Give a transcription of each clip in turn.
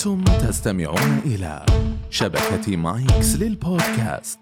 أنتم تستمعون إلى شبكة مايكس للبودكاست.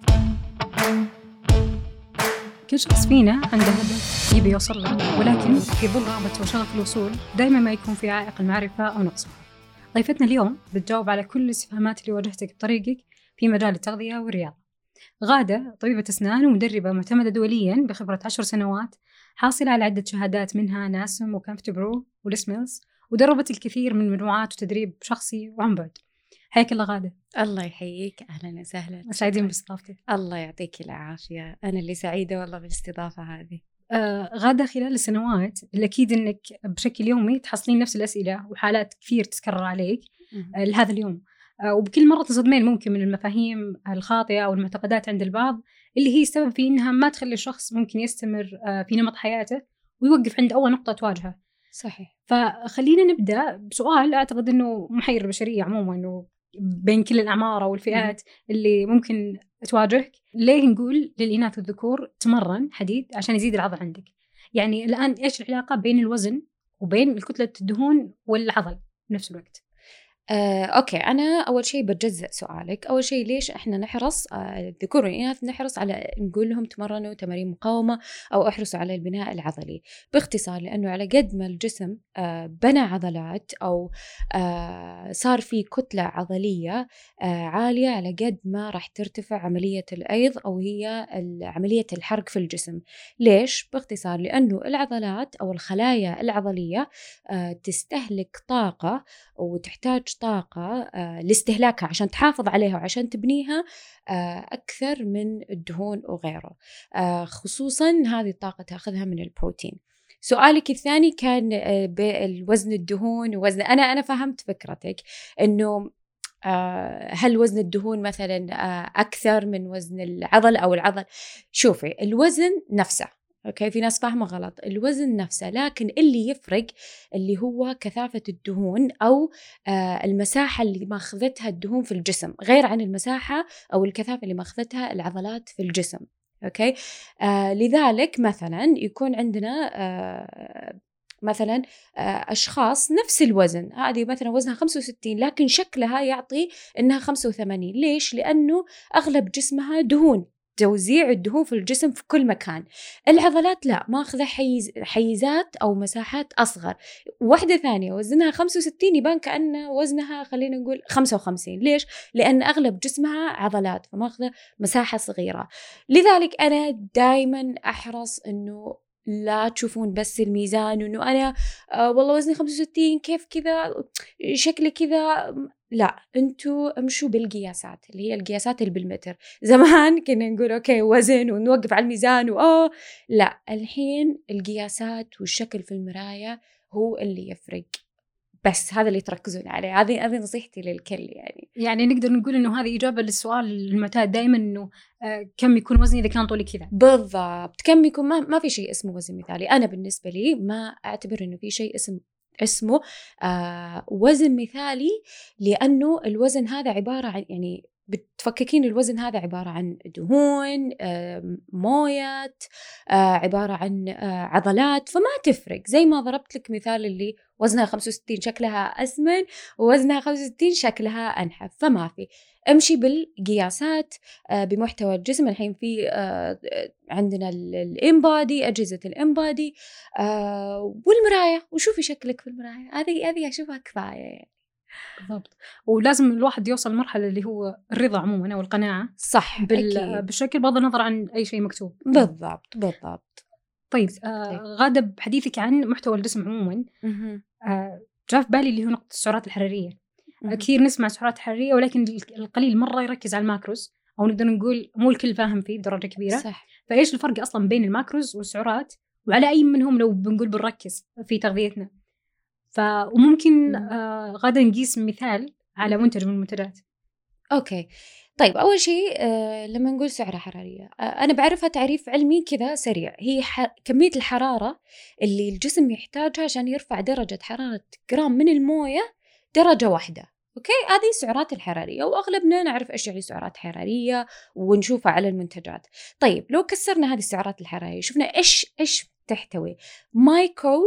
كل شخص فينا عنده هدف يبي يوصل له، ولكن في ظل رغبة وشغف الوصول دائما ما يكون في عائق المعرفة أو نقصها. ضيفتنا اليوم بتجاوب على كل الاستفهامات اللي واجهتك بطريقك في مجال التغذية والرياضة. غادة طبيبة أسنان ومدربة معتمدة دوليا بخبرة 10 سنوات، حاصلة على عدة شهادات منها ناسم وكامفتبرو ولسميلز، ودربت الكثير من مجموعات وتدريب شخصي وعن بعد. حياك الله غادة. الله يحييك، أهلا وسهلا. سعيدين باستضافتك. الله يعطيك العافية، أنا اللي سعيدة والله بالاستضافة هذه. غادة، خلال السنوات الأكيد أنك بشكل يومي تحصلين نفس الأسئلة وحالات كثير تتكرر عليك لهذا اليوم، وبكل مرة تصدمين ممكن من المفاهيم الخاطئة أو المعتقدات عند البعض اللي هي سبب في إنها ما تخلي الشخص ممكن يستمر في نمط حياته ويوقف عند أول نقطة تواجهه. صحيح. فخلينا نبدأ بسؤال أعتقد أنه محير البشرية عموما، إنه بين كل الأعمار والفئات اللي ممكن تواجهك، ليه نقول للإناث والذكور تمرن حديد عشان يزيد العضل عندك؟ يعني الآن إيش العلاقة بين الوزن وبين الكتلة الدهون والعضل بنفس الوقت؟ أوكي، أنا أول شيء بجزء سؤالك. أول شيء ليش إحنا نحرص الذكور والإناث نحرص على نقول لهم تمرنوا تمارين مقاومة أو احرصوا على البناء العضلي؟ باختصار لأنه على قد ما الجسم بنى عضلات أو صار فيه كتلة عضلية عالية، على قد ما راح ترتفع عملية الأيض أو هي عملية الحرق في الجسم. ليش؟ باختصار لأنه العضلات أو الخلايا العضلية تستهلك طاقة وتحتاج طاقة لاستهلاكها عشان تحافظ عليها وعشان تبنيها أكثر من الدهون وغيره، خصوصاً هذه الطاقة تأخذها من البروتين. سؤالك الثاني كان بالوزن الدهون ووزن، أنا فهمت فكرتك إنه هل وزن الدهون مثلاً أكثر من وزن العضل أو العضل؟ شوفي، الوزن نفسه، أوكي، في ناس فاهمة غلط، الوزن نفسه، لكن اللي يفرق اللي هو كثافة الدهون أو المساحة اللي ماخذتها الدهون في الجسم، غير عن المساحة أو الكثافة اللي ماخذتها العضلات في الجسم. أوكي، لذلك مثلا يكون عندنا مثلا أشخاص نفس الوزن، هذه مثلا وزنها 65 لكن شكلها يعطي إنها 85. ليش؟ لأنه أغلب جسمها دهون، توزيع الدهون في الجسم في كل مكان. العضلات لا، ماخذة حيزات أو مساحات أصغر. واحدة ثانية وزنها 65 يبان كأن وزنها خلينا نقول 55. ليش؟ لأن أغلب جسمها عضلات فماخذة مساحة صغيرة. لذلك أنا دايما أحرص أنه لا تشوفون بس الميزان وأنه أنا والله وزني 65 كيف كذا شكلي كذا. لا، انتوا امشوا بالقياسات اللي هي القياسات اللي بالمتر. زمان كنا نقول اوكي وزن ونوقف على الميزان لا، الحين القياسات والشكل في المراية هو اللي يفرق، بس هذا اللي تركزون عليه. هذه نصيحتي للكل. يعني نقدر نقول انه هذه إجابة للسؤال المعتاد دائما، انه كم يكون وزني اذا كان طولي كذا. بالضبط، كم يكون. ما في شيء اسمه وزن مثالي. انا بالنسبة لي ما اعتبر انه في شيء اسمه وزن مثالي، لأنه الوزن هذا عبارة عن، يعني بتفككين الوزن هذا عبارة عن دهون، موية، عبارة عن عضلات، فما تفرق. زي ما ضربت لك مثال اللي وزنها 65 شكلها أسمن ووزنها 65 شكلها أنحف، فما في. امشي بالقياسات بمحتوى الجسم. الحين في عندنا الإمبادي، أجهزة الإمبادي والمراية، وشوفي شكلك في المراية. هذه أشوفها كفاية يعني. بالضبط، ولازم الواحد يوصل مرحلة اللي هو الرضا عموما أو القناعة، صح، بالشكل بغض النظر عن أي شيء مكتوب. بالضبط. طيب غادة، بحديثك عن محتوى الجسم عموما جاء في بالي اللي هو نقطة السعرات الحرارية. كثير نسمع سعرات حرارية، ولكن القليل مرة يركز على الماكروز، أو نقدر نقول مو الكل فاهم فيه بدرجة كبيرة. صح. فإيش الفرق أصلا بين الماكروز والسعرات، وعلى أي منهم لو بنقول بنركز في تغذيتنا؟ وممكن غدا نقيس مثال على منتج من المنتجات. أوكي، طيب أول شيء لما نقول سعرة حرارية أنا بعرفها تعريف علمي كذا سريع. هي كمية الحرارة اللي الجسم يحتاجها عشان يرفع درجة حرارة جرام من الموية درجة واحدة. أوكي، هذه السعرات الحرارية، وأغلبنا نعرف إيش يعني سعرات حرارية ونشوفها على المنتجات. طيب لو كسرنا هذه السعرات الحرارية شفنا إيش تحتوي: مايكروز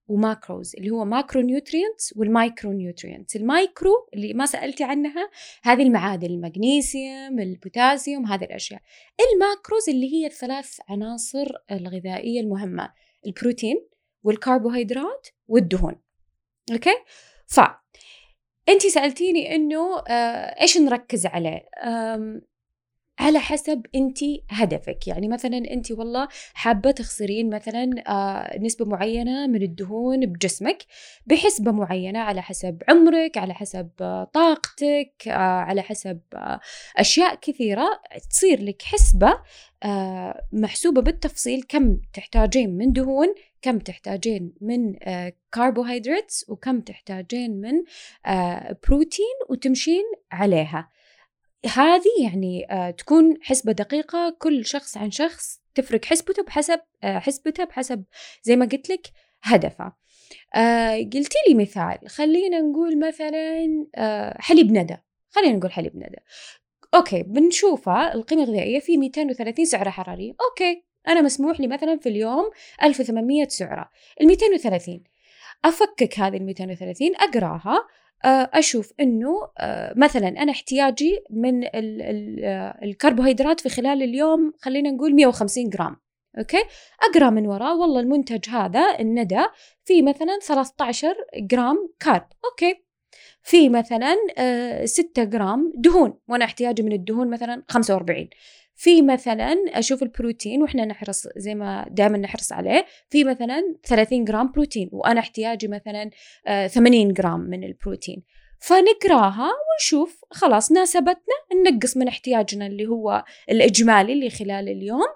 وماكروز، اللي هو ماكرو نيوترينتس والمايكرو نيوترينتس. المايكرو اللي ما سألتي عنها هذه المعادن، المغنيسيوم، البوتاسيوم، هذه الأشياء. الماكروز اللي هي الثلاث عناصر الغذائية المهمة، البروتين والكربوهيدرات والدهون. أوكي؟ أنتي سألتيني إنه إيش نركز عليه. على حسب أنتي هدفك. يعني مثلا أنتي والله حابة تخسرين مثلا نسبة معينة من الدهون بجسمك بحسبة معينة، على حسب عمرك، على حسب طاقتك، على حسب أشياء كثيرة. تصير لك حسبة محسوبة بالتفصيل، كم تحتاجين من دهون، كم تحتاجين من كاربوهيدراتس، وكم تحتاجين من بروتين، وتمشين عليها. هذه يعني تكون حسبة دقيقة، كل شخص عن شخص تفرق حسبته بحسب زي ما قلت لك هدفه. قلتي لي مثال، خلينا نقول مثلا حليب ندى. خلينا نقول حليب ندى. أوكي، بنشوفها القيمة الغذائية في 230 سعرة حرارية. أوكي، أنا مسموح لي مثلا في اليوم 1800 سعرة. 230 أفكك هذه 230 أقراها، أشوف إنه مثلا أنا احتياجي من الكربوهيدرات في خلال اليوم خلينا نقول 150 جرام. أوكي، أقرأ من وراء والله المنتج هذا الندى في مثلا 13 جرام كارب. أوكي، في مثلا 6 جرام دهون، وأنا احتياجي من الدهون مثلا 45. في مثلا أشوف البروتين، وإحنا نحرص زي ما دائما نحرص عليه، في مثلا 30 جرام بروتين، وأنا احتياجي مثلا 80 جرام من البروتين. فنقراها ونشوف خلاص ناسبتنا، ننقص من احتياجنا اللي هو الإجمالي اللي خلال اليوم،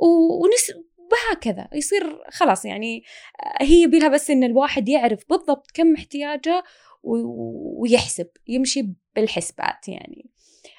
وهكذا يصير خلاص. يعني هي بيلها بس إن الواحد يعرف بالضبط كم احتياجه ويحسب، يمشي بالحسبات يعني.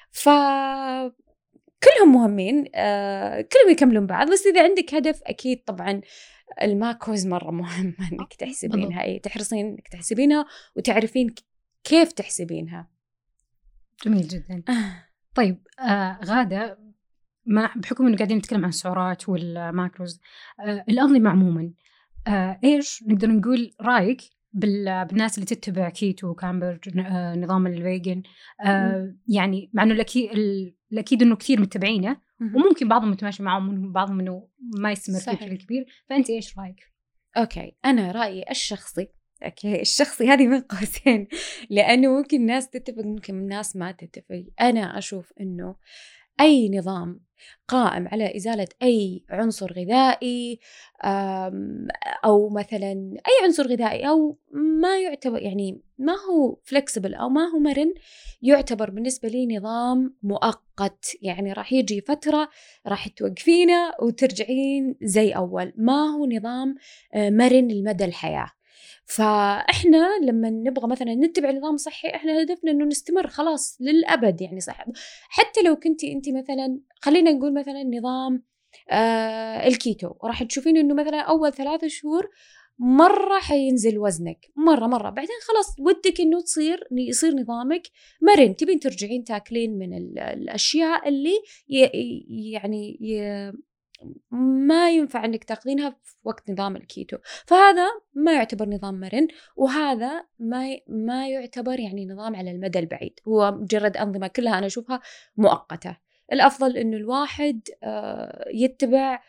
كلهم مهمين، كلهم يكملون بعض، بس إذا عندك هدف أكيد طبعا الماكروز مرة مهمة إنك تحسبينها، تحرصين إنك تحسبينها وتعرفين كيف تحسبينها. جميل جدا. طيب غادة، بحكم إنه قاعدين نتكلم عن السعرات والماكروز، الأنظمة عموما، إيش نقدر نقول رأيك بالناس اللي تتبع كيتو كامبرج، نظام الفيجن؟ يعني مع إنه الأكيد إنه كثير متبعينه، وممكن بعضهم متماشي معهم، بعضهم إنه ما يستمر فيه بشكل كبير. فأنت إيش رأيك؟ أوكي، أنا رأيي الشخصي هذه من قوسين، لأنه ممكن ناس تتفق، ممكن الناس ما تتفق. أنا أشوف إنه أي نظام قائم على إزالة أي عنصر غذائي، أو مثلا أي عنصر غذائي، أو ما يعتبر يعني ما هو flexible أو ما هو مرن، يعتبر بالنسبة لي نظام مؤقت. يعني راح يجي فترة راح توقفينه وترجعين زي أول، ما هو نظام مرن لمدى الحياة. فإحنا لما نبغى مثلا نتبع نظام صحي، إحنا هدفنا إنه نستمر خلاص للأبد. يعني صح، حتى لو كنتي أنت مثلا خلينا نقول مثلا نظام الكيتو، راح تشوفين إنه مثلا أول 3 شهور مرة حينزل وزنك مرة، بعدين خلاص ودك إنه يصير نظامك مرن، تبين ترجعين تاكلين من الأشياء اللي يعني ما ينفع أنك تاخذينها في وقت نظام الكيتو. فهذا ما يعتبر نظام مرن، وهذا ما يعتبر يعني نظام على المدى البعيد، هو مجرد أنظمة كلها أنا أشوفها مؤقتة. الأفضل أنه الواحد يتبع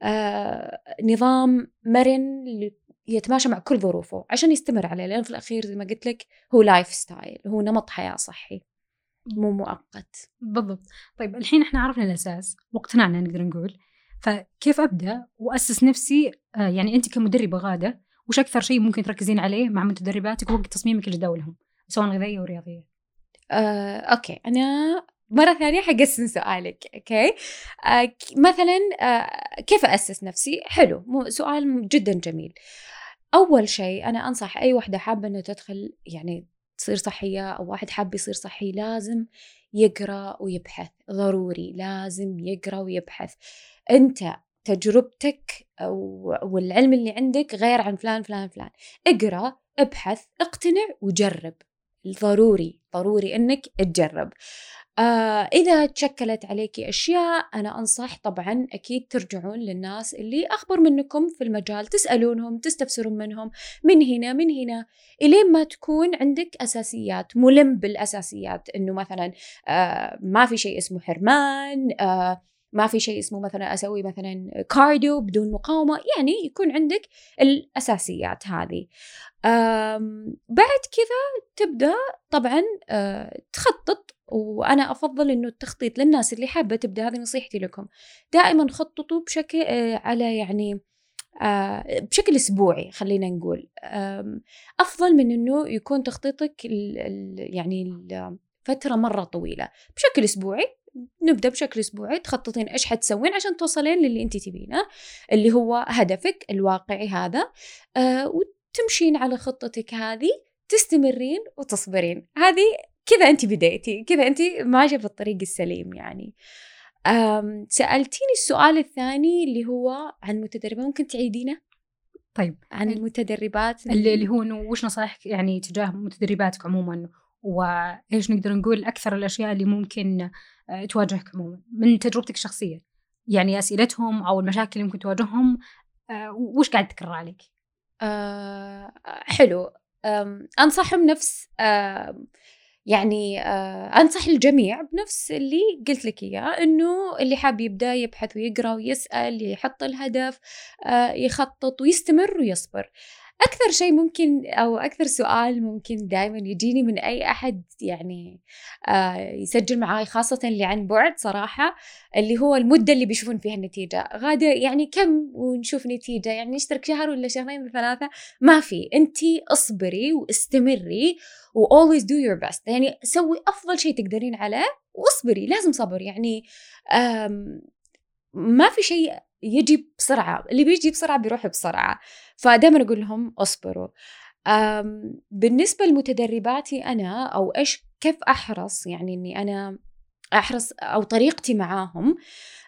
نظام مرن يتماشى مع كل ظروفه عشان يستمر عليه، لأن في الأخير زي ما قلت لك هو لايف ستايل، هو نمط حياة صحي مو مؤقت. بالضبط. طيب الحين احنا عرفنا الأساس واقتنعنا نقدر نقول، فكيف أبدأ وأسس نفسي؟ يعني أنت كمدربة غادة، وش أكثر شيء ممكن تركزين عليه مع متدرباتك وقت تصميمك لجدولهم سواء غذائية أو رياضية؟ أوكي، أنا مرة ثانية حقسم سؤالك. أوكي، مثلا كيف أسس نفسي؟ حلو، سؤال جدا جميل. أول شيء أنا أنصح أي واحدة حابة أنه تدخل يعني تصير صحية، أو واحد حاب يصير صحي، لازم يقرأ ويبحث، ضروري لازم يقرأ ويبحث. أنت تجربتك والعلم اللي عندك غير عن فلان. اقرأ، ابحث، اقتنع وجرب. ضروري ضروري أنك تجرب. إذا تشكلت عليكي أشياء أنا أنصح طبعا أكيد ترجعون للناس اللي أخبر منكم في المجال، تسألونهم تستفسرون منهم من هنا إلين ما تكون عندك أساسيات، ملم بالأساسيات، إنه مثلا ما في شيء اسمه حرمان، ما في شيء اسمه مثلا أسوي مثلا كارديو بدون مقاومة، يعني يكون عندك الأساسيات هذه. بعد كذا تبدأ طبعا تخطط، وأنا أفضل إنه التخطيط للناس اللي حابة تبدأ، هذه نصيحتي لكم، دائما خططوا بشكل على يعني بشكل أسبوعي، خلينا نقول أفضل من إنه يكون تخطيطك يعني فترة مرة طويلة. بشكل أسبوعي نبدأ بشكل أسبوعي، تخططين إيش حتسوين عشان توصلين للي أنت تبينه اللي هو هدفك الواقعي هذا، وتمشين على خطتك هذه، تستمرين وتصبرين. هذه كذا أنت بديتي، كذا أنت ماشية في الطريق السليم يعني. سألتيني السؤال الثاني اللي هو عن المتدربات، ممكن تعيدينه؟ طيب عن المتدربات اللي هو إنه وش نصائحك يعني تجاه متدرباتك عموما، وإيش نقدر نقول أكثر الأشياء اللي ممكن تواجهك عموما من تجربتك الشخصية، يعني أسئلتهم أو المشاكل اللي ممكن تواجههم، وش قاعد تكرر عليك؟ حلو. أنصحهم نفس يعني أنصح الجميع بنفس اللي قلت لك إياه، إنه اللي حاب يبدأ يبحث ويقرأ ويسأل، يحط الهدف، يخطط ويستمر ويصبر. أكثر شيء ممكن أو أكثر سؤال ممكن دائما يجيني من أي أحد يعني يسجل معاي، خاصة اللي عن بعد صراحة، اللي هو المدة اللي بيشوفون فيها النتيجة. غادة يعني كم ونشوف نتيجة؟ يعني نشترك شهر ولا شهرين ولا 3؟ ما في. أنتي اصبري واستمري و always do your best، يعني سوي أفضل شيء تقدرين عليه واصبري. لازم صبر يعني، ما في شيء يجي بسرعة، اللي بيجي بسرعة بيروح بسرعة. فدائما أقول لهم أصبروا. بالنسبة لمتدرباتي أنا أو كيف أحرص، يعني أني أنا أحرص أو طريقتي معاهم،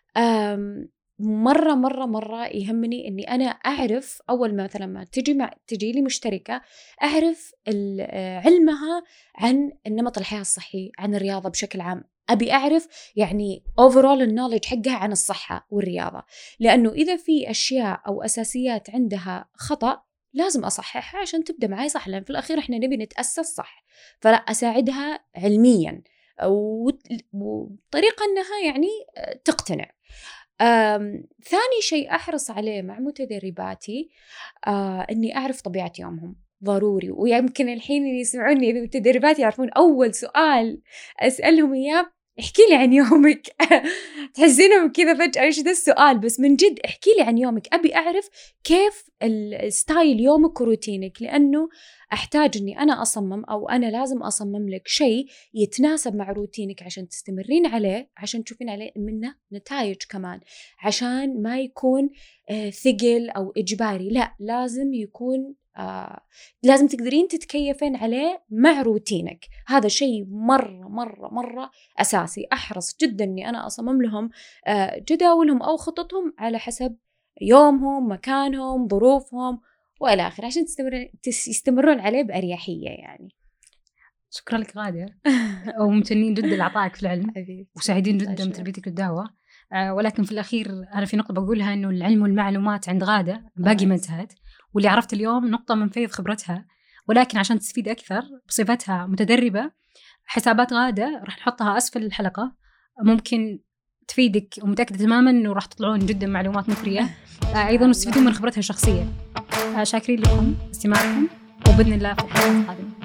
مرة مرة مرة يهمني أني أنا أعرف أول مثلا ما تجي لي مشتركة، أعرف علمها عن النمط الحياة الصحي، عن الرياضة بشكل عام. أبي أعرف يعني overall النولج حقها عن الصحة والرياضة، لأنه إذا في أشياء أو أساسيات عندها خطأ لازم أصححها عشان تبدأ معي صح، لأن في الأخير إحنا نبي نتأسس صح. فلا أساعدها علميا وطريقة أنها يعني تقتنع. ثاني شيء أحرص عليه مع متدرباتي أني أعرف طبيعة يومهم، ضروري. ويمكن الحين اللي يسمعوني إذا متدربات يعرفون أول سؤال أسألهم إياه احكي لي عن يومك. تحسينهم كذا فجأة إيش ذا السؤال، بس من جد احكي لي عن يومك. أبي أعرف كيف الستايل يومك وروتينك، لأنه أحتاج أني أنا أصمم أو أنا لازم أصمم لك شيء يتناسب مع روتينك عشان تستمرين عليه، عشان تشوفين عليه منه نتائج كمان، عشان ما يكون ثقل أو إجباري. لا، لازم يكون لازم تقدرين تتكيفين عليه مع روتينك. هذا شيء مرة مرة مرة أساسي. أحرص جدا أني أنا أصمم لهم جداولهم أو خططهم على حسب يومهم، مكانهم، ظروفهم وإلى آخره، عشان يستمرون عليه بأريحية يعني. شكرا لك غادة، وممتنين جدا لعطائك في العلم، وسعيدين جدا بتربيتك للدعوة. ولكن في الأخير أنا في نقطة بقولها، إنه العلم والمعلومات عند غادة باقي ما انتهت، واللي عرفت اليوم نقطة من فيض خبرتها. ولكن عشان تستفيد أكثر بصفتها متدربة، حسابات غادة راح نحطها أسفل الحلقة، ممكن تفيدك، ومتأكدة تماما إنه راح تطلعون جدا معلومات مثرية، أيضا تستفيدون من خبرتها الشخصية. شاكرين لكم استماعكم، وبإذن الله في الحلقة القادمة.